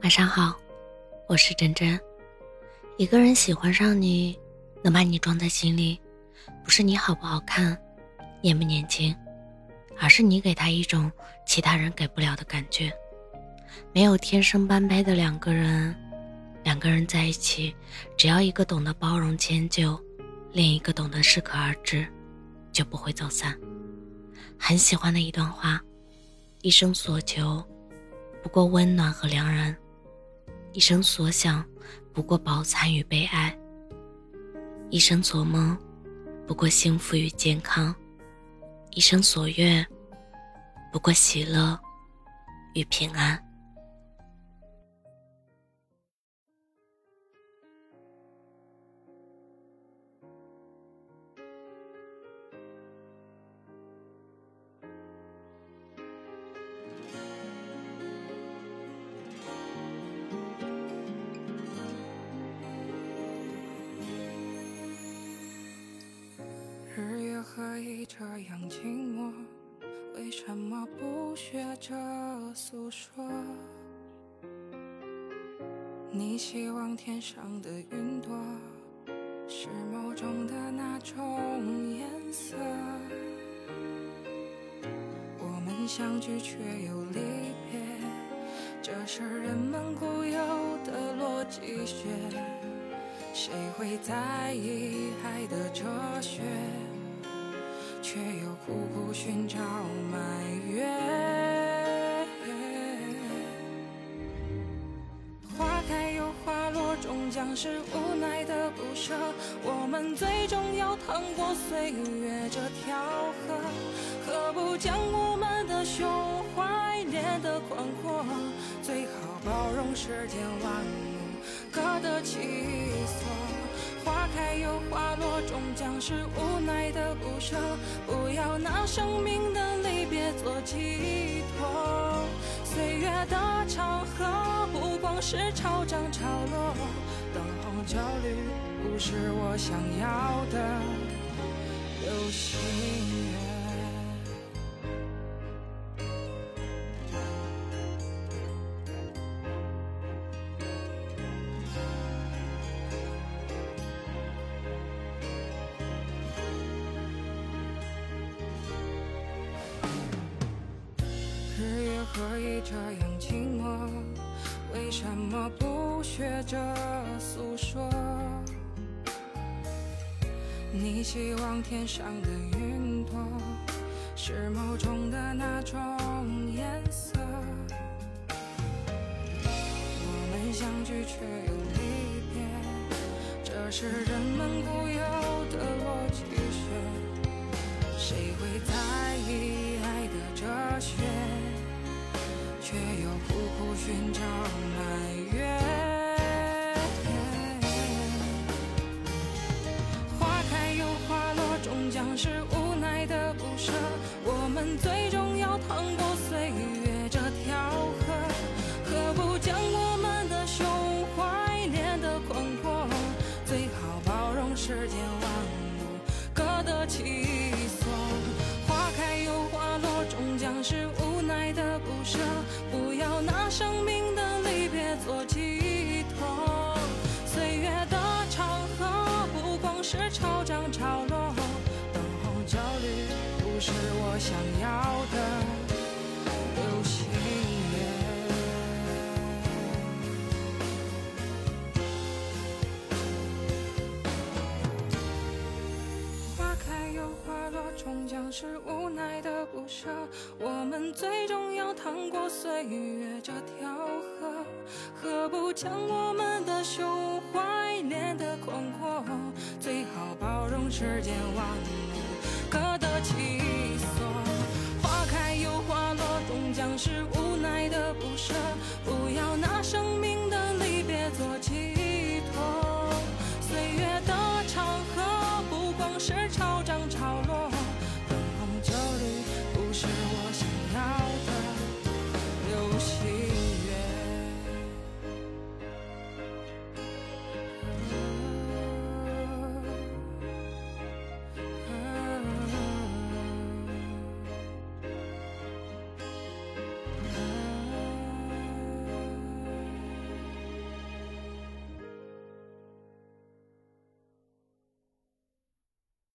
晚上好，我是真真。一个人喜欢上你，能把你装在心里，不是你好不好看，年不年轻，而是你给他一种其他人给不了的感觉。没有天生般配的两个人在一起，只要一个懂得包容迁就，另一个懂得适可而止，就不会走散。很喜欢的一段话，一生所求不过温暖和良人，一生所想不过饱餐与被爱，一生所梦不过幸福与健康，一生所愿不过喜乐与平安。 日月何以这样静默？为什么不学着诉说？你希望天上的云朵是某种的那种颜色？我们相聚却又离别，这是人们固有的逻辑学。谁会在意爱的哲学，却又苦苦寻找埋怨？花开又花落，终将是无奈的不舍。我们最终要趟过岁月这条河，何不将我们的胸怀练得宽阔？最好包容世间万物各得其所。花开又花落，终将是无奈的不舍。不要拿生命的离别做寄托。岁月的长河不光是潮涨潮落，等候焦虑不是我想要的流星月。日月何以这样静默？为什么不学着诉说？你希望天上的云朵是某种的那种颜色？我们相聚却又离别，这是人们固有的逻辑学。谁会在意爱的哲学，却又苦苦寻找埋怨？花开又花落，终将是无奈的不舍。我们最终要趟过岁月这条河，何不将我们的胸怀练得宽阔？最好包容世间万物各得其所。花开又花落，终将是无奈的不舍。不要拿生命的离别做寄托。岁月的长河不光是潮涨潮落，等候焦虑不是我想要的流星月。花开又花落，终将是无奈的不舍。我们最终要趟过岁月这条河，何不将我们的胸怀练得宽阔？最好包容世间万物各得其所。花开又花落，终将是